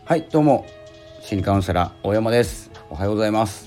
はい、どうも心理カウンセラー大山です。おはようございます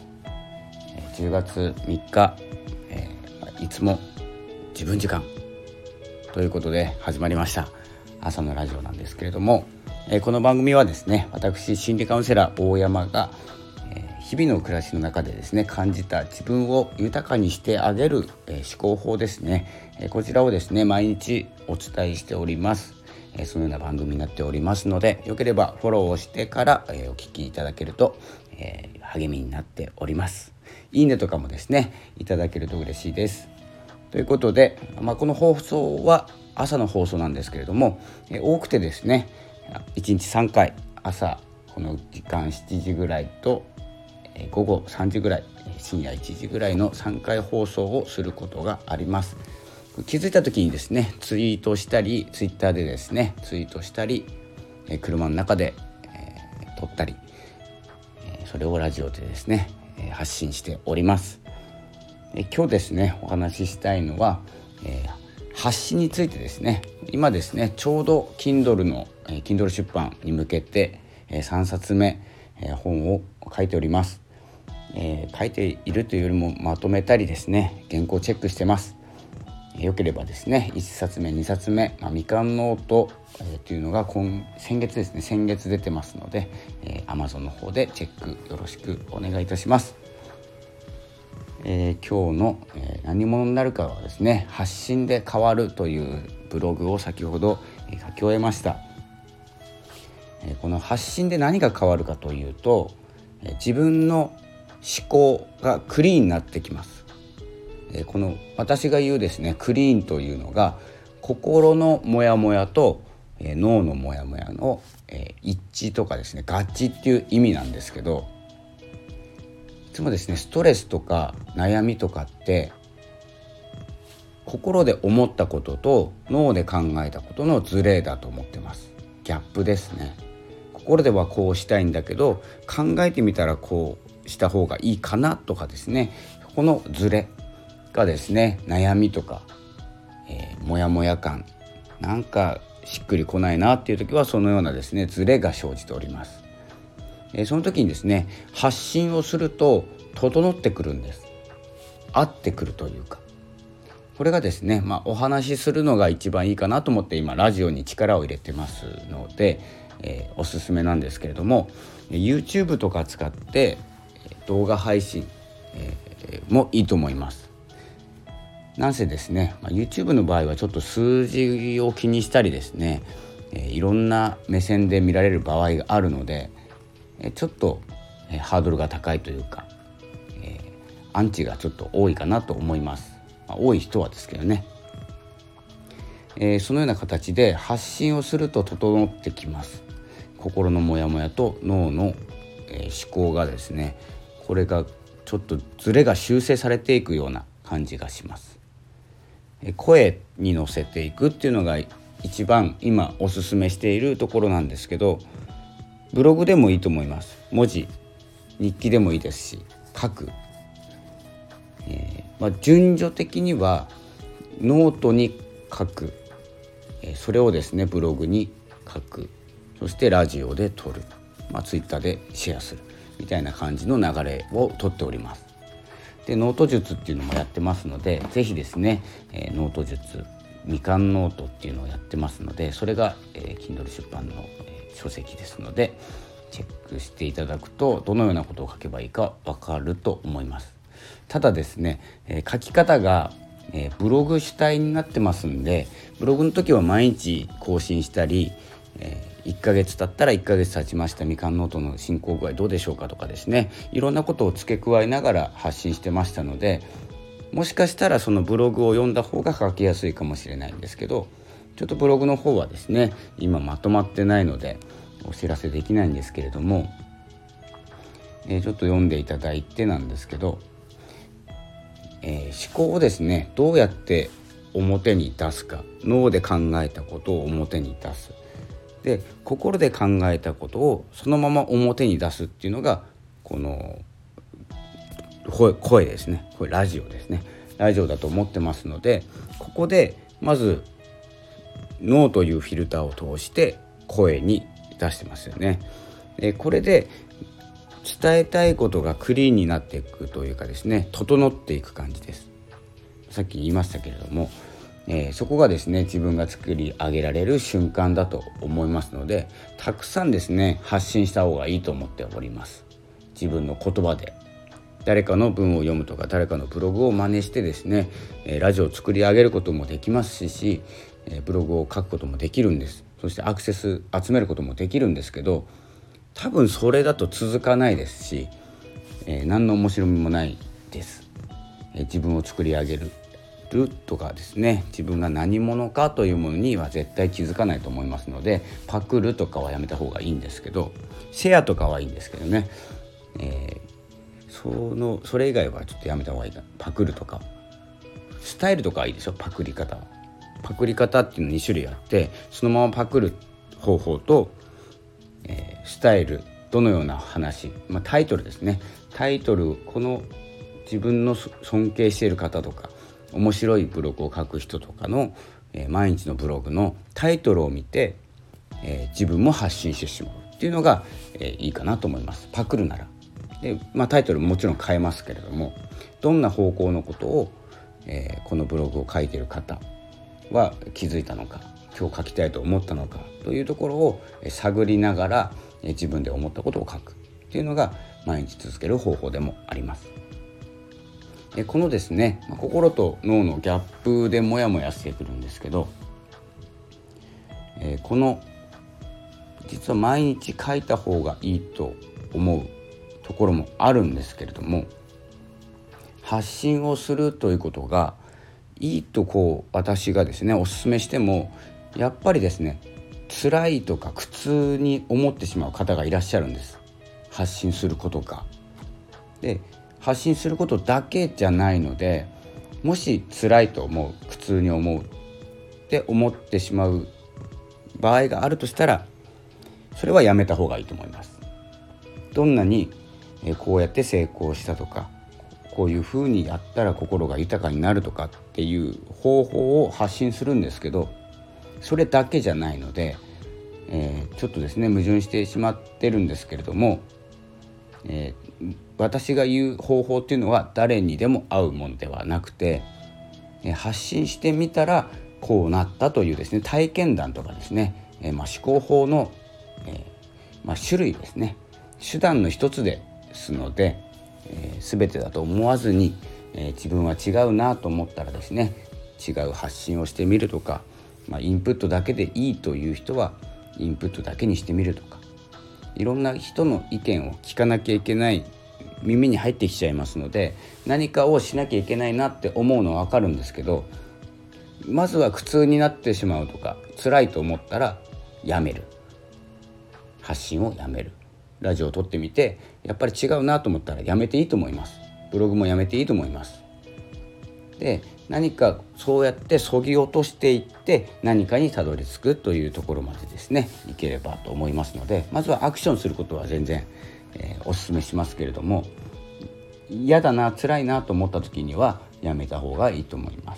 。10月3日、いつも自分時間ということで始まりました朝のラジオなんですけれども、この番組はですね、私心理カウンセラー大山が、日々の暮らしの中でですね感じた自分を豊かにしてあげる、思考法ですね、こちらをですね毎日お伝えしております。そのような番組になっておりますので、よければフォローをしてから、お聞きいただけると、励みになっております。いいねとかもですねいただけると嬉しいです。ということで、この放送は朝の放送なんですけれども、多くてですね1日3回、朝この時間7時ぐらいと、午後3時ぐらい、深夜1時ぐらいの3回放送をすることがあります。気づいた時にですねツイートしたり、ツイッターでですねツイートしたり、車の中で、撮ったり、それをラジオでですね、発信しております。今日ですねお話ししたいのは、発信についてですね。今ですねちょうど Kindle の、Kindle 出版に向けて、3冊目、本を書いております。書いているというよりもまとめたりですね原稿チェックしてます。よければですね1冊目2冊目、みかんノート、というのが先月ですね先月出てますので、Amazon の方でチェックよろしくお願いいたします。今日の、何者になるかはですね発信で変わるというブログを先ほど、書き終えました。この発信で何が変わるかというと、自分の思考がクリーンになってきます。この私が言うですねクリーンというのが心のモヤモヤと、脳のモヤモヤの、一致とかですね合致っていう意味なんですけど、いつもですねストレスとか悩みとかって心で思ったことと脳で考えたことのズレだと思ってます。ギャップですね。心ではこうしたいんだけど考えてみたらこうした方がいいかなとかですね、このズレがですね悩みとか、モヤモヤ感、なんかしっくりこないなっていう時はそのようなですねズレが生じております。その時にですね発信をすると整ってくるんです。合ってくるというか、これがですね、お話しするのが一番いいかなと思って今ラジオに力を入れてますので、おすすめなんですけれども、YouTube とか使って動画配信、もいいと思います。なんせですね、YouTube の場合はちょっと数字を気にしたりですね、いろんな目線で見られる場合があるので、ちょっと、ハードルが高いというか、アンチがちょっと多いかなと思います。多い人はですけどね、そのような形で発信をすると整ってきます。心のモヤモヤと脳の、思考がですね、これがちょっとズレが修正されていくような感じがします。声に乗せていくっていうのが一番今おすすめしているところなんですけど、ブログでもいいと思います。文字、日記でもいいですし書く、順序的にはノートに書く、それをですねブログに書く、そしてラジオで撮る、ツイッターでシェアするみたいな感じの流れをとっております。でノート術っていうのもやってますので、ぜひですね、ノート術、みかんノートっていうのをやってますので、それが、Kindle 出版の、書籍ですのでチェックしていただくとどのようなことを書けばいいか分かると思います。ただですね、書き方が、ブログ主体になってますんで、ブログの時は毎日更新したり、1ヶ月経ったら1ヶ月経ちました、みかんノートの進行具合どうでしょうかとかですね、いろんなことを付け加えながら発信してましたので、もしかしたらそのブログを読んだ方が書きやすいかもしれないんですけど、ちょっとブログの方はですね今まとまってないのでお知らせできないんですけれども、ちょっと読んでいただいてなんですけど、思考をですねどうやって表に出すか、脳で考えたことを表に出す、で心で考えたことをそのまま表に出すっていうのがこの声ですね。これラジオですね。ラジオだと思ってますので、ここでまず脳というフィルターを通して声に出してますよね。 これで伝えたいことがクリーンになっていくというかですね、整っていく感じです。さっき言いましたけれども、そこがですね自分が作り上げられる瞬間だと思いますので、たくさんですね発信した方がいいと思っております。自分の言葉で誰かの文を読むとか、誰かのブログを真似してですね、ラジオを作り上げることもできますし、ブログを書くこともできるんです。そしてアクセス集めることもできるんですけど、多分それだと続かないですし、何の面白みもないです。自分を作り上げるとかですね、自分が何者かというものには絶対気づかないと思いますので、パクるとかはやめた方がいいんですけど、シェアとかはいいんですけどね、それ以外はちょっとやめた方がいいか。パクるとかスタイルとかはいいでしょ。パクり方っていうの2種類あって、そのままパクる方法と、スタイル、どのような話、タイトルですね。タイトル、この自分の尊敬している方とか面白いブログを書く人とかの、毎日のブログのタイトルを見て、自分も発信してしまうっていうのが、いいかなと思います。パクるならで、タイトルももちろん変えますけれども、どんな方向のことを、このブログを書いている方は気づいたのか、今日書きたいと思ったのかというところを探りながら、自分で思ったことを書くっていうのが毎日続ける方法でもあります。このですね、心と脳のギャップでモヤモヤしてくるんですけど、この実は毎日書いた方がいいと思うところもあるんですけれども、発信をするということがいいと私がですねお勧めしても、やっぱりですね辛いとか苦痛に思ってしまう方がいらっしゃるんです。発信することがで、発信することだけじゃないので、もし辛いと思う、苦痛に思うって思ってしまう場合があるとしたら、それはやめた方がいいと思います。どんなにこうやって成功したとか、こういうふうにやったら心が豊かになるとかっていう方法を発信するんですけど、それだけじゃないので、ちょっとですね矛盾してしまってるんですけれども、私が言う方法っていうのは誰にでも合うものではなくて、発信してみたらこうなったというですね体験談とかですね、思考法の、種類ですね、手段の一つですので、全てだと思わずに、自分は違うなと思ったらですね、違う発信をしてみるとか、インプットだけでいいという人はインプットだけにしてみるとか、いろんな人の意見を聞かなきゃいけない、耳に入ってきちゃいますので、何かをしなきゃいけないなって思うのは分かるんですけど、まずは苦痛になってしまうとか辛いと思ったらやめる、発信をやめる。ラジオを撮ってみてやっぱり違うなと思ったらやめていいと思います。ブログもやめていいと思います。で、何かそうやって削ぎ落としていって何かにたどり着くというところまでですねいければと思いますので、まずはアクションすることは全然、お勧めしますけれども、嫌だな、辛いなと思った時にはやめた方がいいと思います。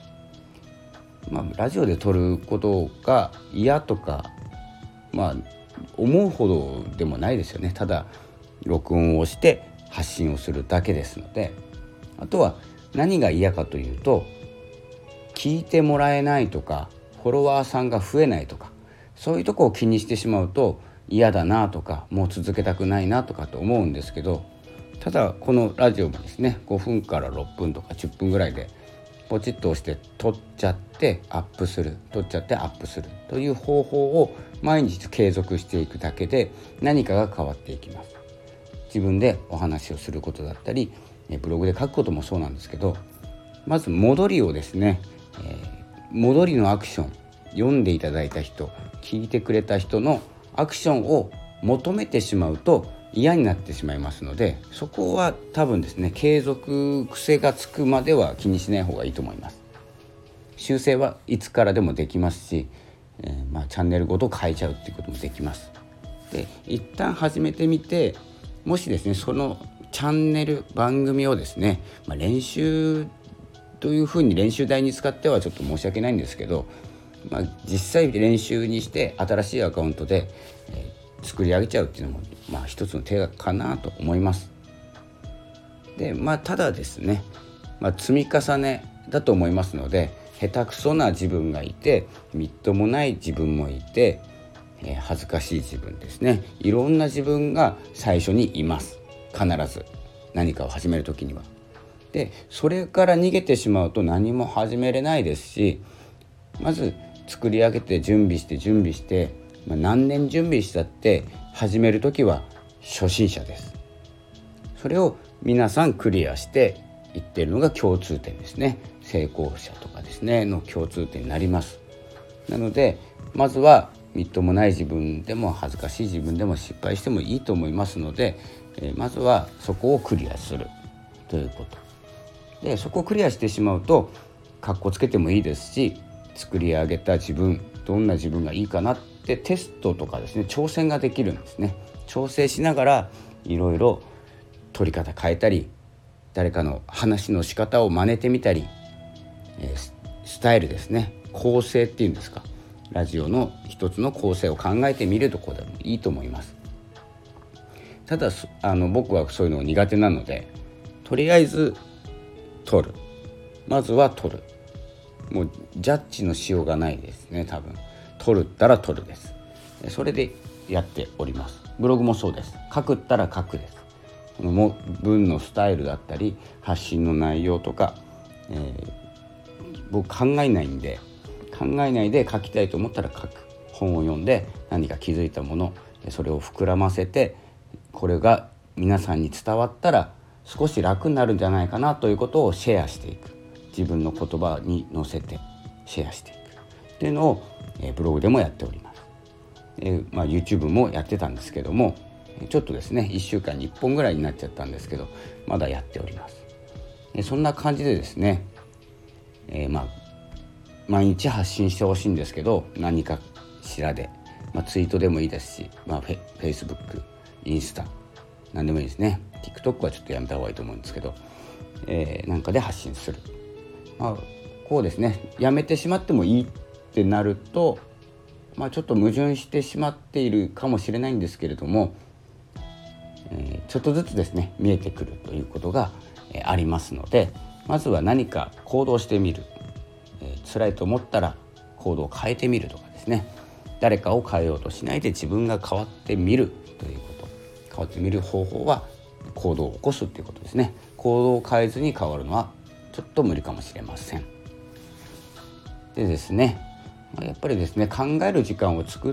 ラジオで撮ることが嫌とか、思うほどでもないですよね。ただ録音をして発信をするだけですので、あとは何が嫌かというと、聞いてもらえないとかフォロワーさんが増えないとか、そういうとこを気にしてしまうと嫌だなとか、もう続けたくないなとかと思うんですけど、ただこのラジオもですね5分から6分とか10分ぐらいでポチッと押して撮っちゃってアップする、撮っちゃってアップするという方法を毎日継続していくだけで何かが変わっていきます。自分でお話をすることだったり、ブログで書くこともそうなんですけど、まず戻りをですね、戻りのアクション、読んでいただいた人、聞いてくれた人のアクションを求めてしまうと嫌になってしまいますので、そこは多分ですね継続癖がつくまでは気にしない方がいいと思います。修正はいつからでもできますし、チャンネルごと変えちゃうっていうこともできます。で、一旦始めてみて、もしですねそのチャンネル番組をですね、練習というふうに練習台に使ってはちょっと申し訳ないんですけど、実際練習にして新しいアカウントで、 作り上げちゃうっていうのも一つの手かなと思います。でただですね、積み重ねだと思いますので、下手くそな自分がいて、みっともない自分もいて、恥ずかしい自分ですね、いろんな自分が最初にいます。必ず何かを始める時には。でそれから逃げてしまうと何も始めれないですし、まず作り上げて準備して、何年準備したって始める時は初心者です。それを皆さんクリアしていっているのが共通点ですね。成功者とかですねの共通点になります。なのでまずはみっともない自分でも恥ずかしい自分でも失敗してもいいと思いますので、まずはそこをクリアするということで、そこをクリアしてしまうとかっこつけてもいいですし、作り上げた自分、どんな自分がいいかなってテストとかですね、挑戦ができるんですね。調整しながらいろいろ取り方変えたり、誰かの話の仕方を真似てみたり、スタイルですね、構成っていうんですか、ラジオの一つの構成を考えてみるところでもいいと思います。ただ僕はそういうの苦手なので、とりあえず撮る、まずは撮る、もうジャッジのしようがないですね。多分撮るったら撮るです。それでやっております。ブログもそうです。書くったら書くです。文のスタイルだったり発信の内容とか、僕考えないで書きたいと思ったら書く。本を読んで何か気づいたもの、それを膨らませて、これが皆さんに伝わったら少し楽になるんじゃないかなということをシェアしていく。自分の言葉に乗せてシェアしていくっていうのを、ブログでもやっております。YouTube もやってたんですけども、ちょっとですね1週間に1本ぐらいになっちゃったんですけど、まだやっております。そんな感じでですね、毎日発信してほしいんですけど、何かしらで、ツイートでもいいですし、Facebook、インスタ何でもいいですね。 TikTok はちょっとやめた方がいいと思うんですけど、なんかで発信する。こうですね、やめてしまってもいいってなると、ちょっと矛盾してしまっているかもしれないんですけれども、ちょっとずつですね見えてくるということが、ありますので、まずは何か行動してみる、辛いと思ったら行動を変えてみるとかですね、誰かを変えようとしないで自分が変わってみるということ。変わってみる方法は行動を起こすということですね。行動を変えずに変わるのはちょっと無理かもしれません。でですね、やっぱりですね、考える時間を作って、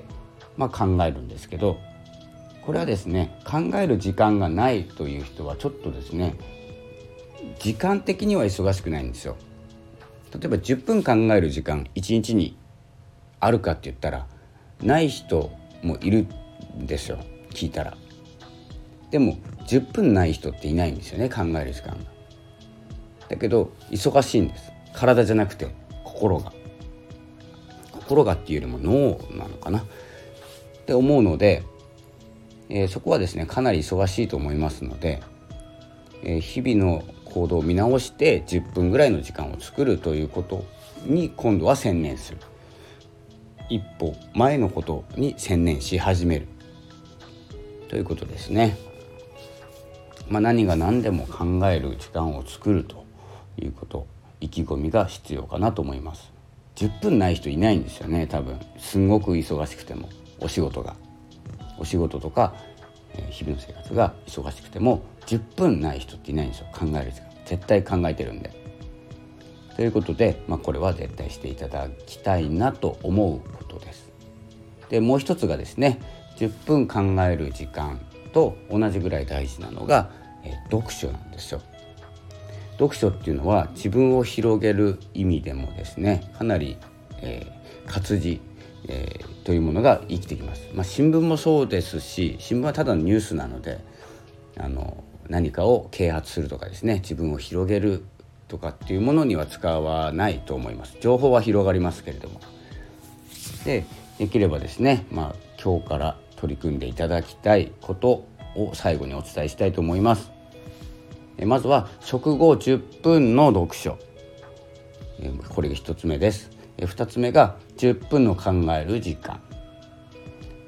考えるんですけど、これはですね、考える時間がないという人はちょっとですね、時間的には忙しくないんですよ。例えば10分考える時間1日にあるかって言ったらない人もいるんですよ、聞いたら。でも10分ない人っていないんですよね、考える時間が。だけど忙しいんです。体じゃなくて心がっていうよりも脳なのかなって思うので、そこはですねかなり忙しいと思いますので、日々の行動を見直して10分ぐらいの時間を作るということに今度は専念する。一歩前のことに専念し始めるということですね。何が何でも考える時間を作るということ、意気込みが必要かなと思います。10分ない人いないんですよね、多分。すんごく忙しくても、お仕事とか、日々の生活が忙しくても10分ない人っていないんですよ。考える時間絶対考えてるんで。ということで、これは絶対していただきたいなと思うことです。でもう一つがですね、10分考える時間と同じぐらい大事なのが、読書なんですよ。読書っていうのは自分を広げる意味でもですね、かなり、活字、というものが生きてきます。新聞もそうですし、新聞はただのニュースなので、何かを啓発するとかですね、自分を広げるとかっていうものには使わないと思います。情報は広がりますけれども。できればですね、今日から取り組んでいただきたいことを最後にお伝えしたいと思います。まずは食後10分の読書、これが1つ目です。2つ目が10分の考える時間。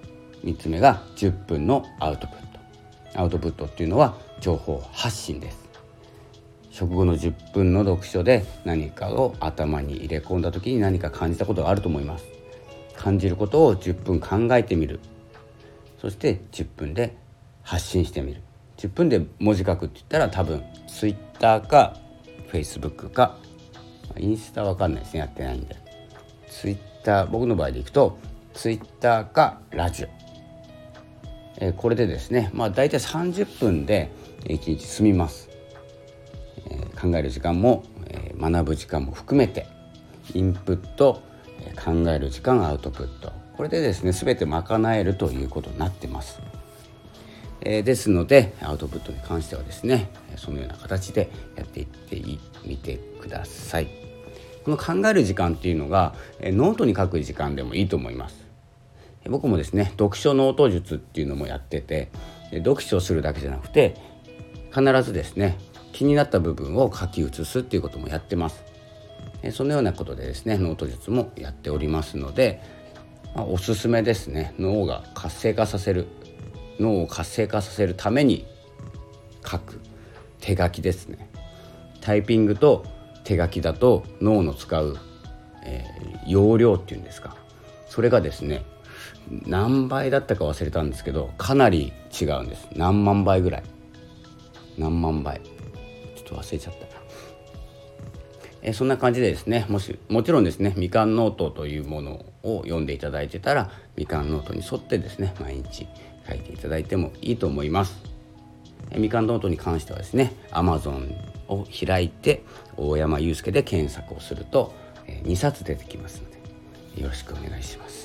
3つ目が10分のアウトプット。アウトプットっていうのは情報発信です。食後の10分の読書で何かを頭に入れ込んだ時に何か感じたことがあると思います。感じることを10分考えてみる。そして10分で発信してみる。10分で文字書くって言ったら多分 Twitter か Facebook かインスタは分かんないですね、やってないんで。Twitter、僕の場合でいくと Twitter かラジオ、これでですね、だいたい30分で1日済みます。考える時間も、学ぶ時間も含めてインプット、考える時間、アウトプット、これでですね全て賄えるということになってます。ですのでアウトプットに関してはですねそのような形でやっていってみてください。この考える時間っていうのがノートに書く時間でもいいと思います。僕もですね読書ノート術っていうのもやってて、読書するだけじゃなくて必ずですね気になった部分を書き写すっていうこともやってます。そのようなことでですねノート術もやっておりますので、おすすめですね。脳を活性化させるために書く手書きですね。タイピングと手書きだと脳の使う、容量っていうんですか、それがですね何倍だったか忘れたんですけどかなり違うんです。何万倍ちょっと忘れちゃった。そんな感じでですねもちろんですねみかんノートというものを読んでいただいてたらみかんノートに沿ってですね毎日書いていただいてもいいと思います。みかんノートに関してはですね Amazon を開いて大山祐介で検索をすると2冊出てきますのでよろしくお願いします。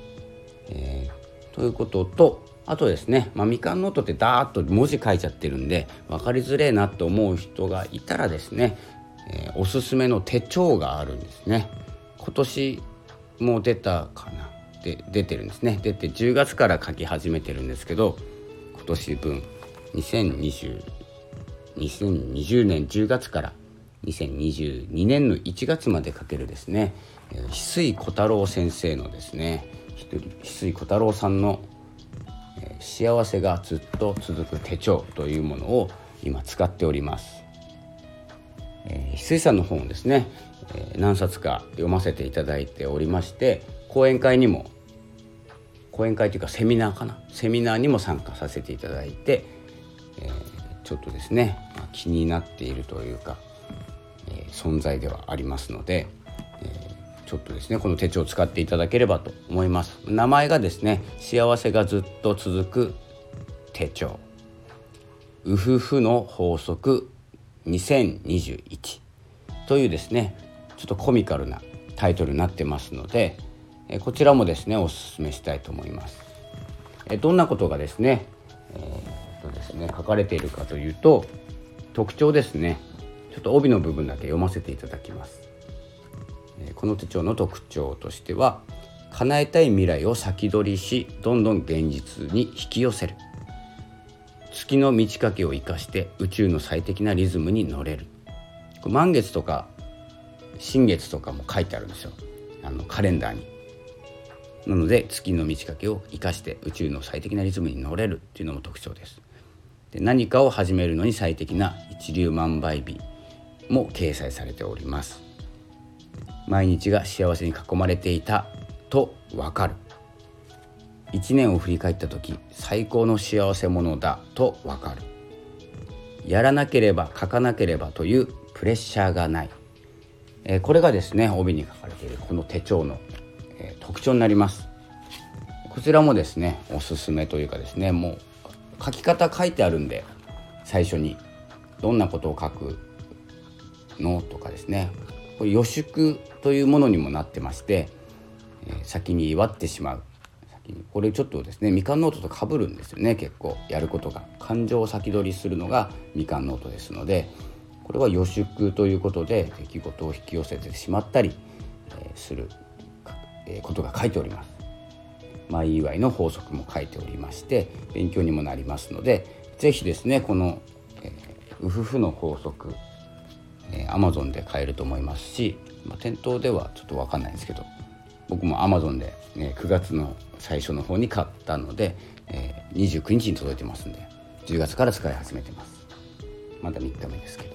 ということとあとですね、みかんノートってダーッと文字書いちゃってるんで分かりづれえなと思う人がいたらですね、おすすめの手帳があるんですね。今年も出たかなで出てるんですね。出て10月から書き始めてるんですけど今年分2020年10月から2022年の1月まで書けるですね翡翠小太郎先生のですね翡翠小太郎さんの幸せがずっと続く手帳というものを今使っております。翡翠さんの本をですね、何冊か読ませていただいておりまして講演会というかセミナーにも参加させていただいて、ちょっとですね、気になっているというか、存在ではありますので、ちょっとですねこの手帳を使っていただければと思います。名前がですね幸せがずっと続く手帳うふふの法則2021というですねちょっとコミカルなタイトルになってますので、こちらもですねお勧めしたいと思います。どんなことがですね、書かれているかというと特徴ですね。ちょっと帯の部分だけ読ませていただきます。この手帳の特徴としては叶えたい未来を先取りしどんどん現実に引き寄せる、月の満ち欠けを生かして宇宙の最適なリズムに乗れる。満月とか新月とかも書いてあるんですよ、カレンダーに。なので月の満ち欠けを生かして宇宙の最適なリズムに乗れるっていうのも特徴です。で何かを始めるのに最適な一粒万倍日も掲載されております。毎日が幸せに囲まれていたとわかる。1年を振り返った時最高の幸せ者だとわかる。やらなければ書かなければというプレッシャーがない。これがですね帯に書かれているこの手帳の、特徴になります。こちらもですねおすすめというかですねもう書き方書いてあるんで最初にどんなことを書くのとかですねこれ予祝というものにもなってまして、先に祝ってしまう。これちょっとですねみかんノートと被るんですよね。結構やることが感情を先取りするのがみかんノートですのでこれは予祝ということで出来事を引き寄せてしまったりすることが書いております。前祝いの法則も書いておりまして勉強にもなりますのでぜひですねこのうふふの法則Amazon で買えると思いますし、店頭ではちょっと分かんないんですけど僕も Amazon で、9月の最初の方に買ったので、29日に届いてますんで、10月から使い始めてます。まだ3日目ですけ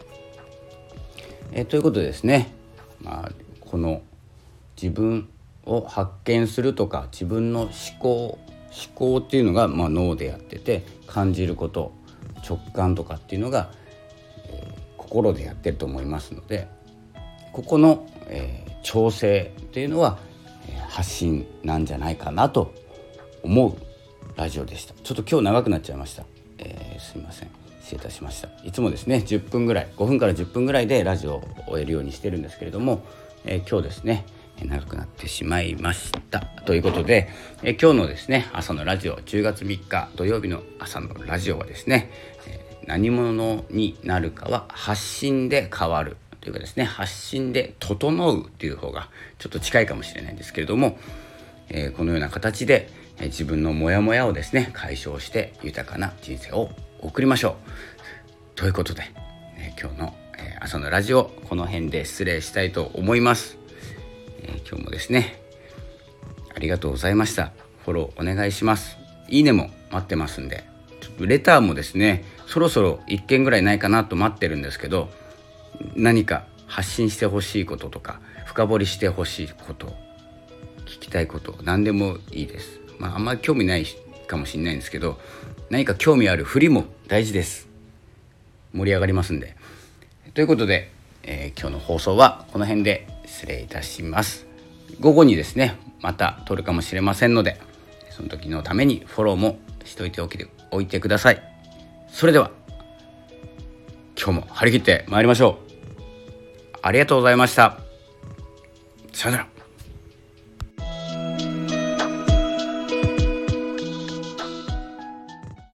ど、ということでですね、この自分を発見するとか、自分の思考っていうのが、脳でやってて、感じること、直感とかっていうのが、心でやってると思いますので、ここの、調整っていうのは、発信なんじゃないかなと思うラジオでした。ちょっと今日長くなっちゃいました。すいません、失礼いたしました。いつもですね10分ぐらい、5分から10分ぐらいでラジオを終えるようにしてるんですけれども、今日ですね長くなってしまいましたということで、今日のですね朝のラジオ、10月3日土曜日の朝のラジオはですね、何者になるかは発信で変わるというかですね、発信で整うという方がちょっと近いかもしれないんですけれども、このような形で自分のモヤモヤをですね解消して豊かな人生を送りましょうということで、今日の朝のラジオこの辺で失礼したいと思います。今日もですねありがとうございました。フォローお願いします。いいねも待ってますんで、ちょっとレターもですねそろそろ1件ぐらいないかなと待ってるんですけど、何か発信してほしいこととか深掘りしてほしいこと、聞きたいこと何でもいいです。あんまり興味ないかもしれないんですけど、何か興味あるふりも大事です。盛り上がりますんで。ということで、今日の放送はこの辺で失礼いたします。午後にですねまた撮るかもしれませんので、その時のためにフォローもしといておいてください。それでは今日も張り切って参りましょう。ありがとうございました。さよなら。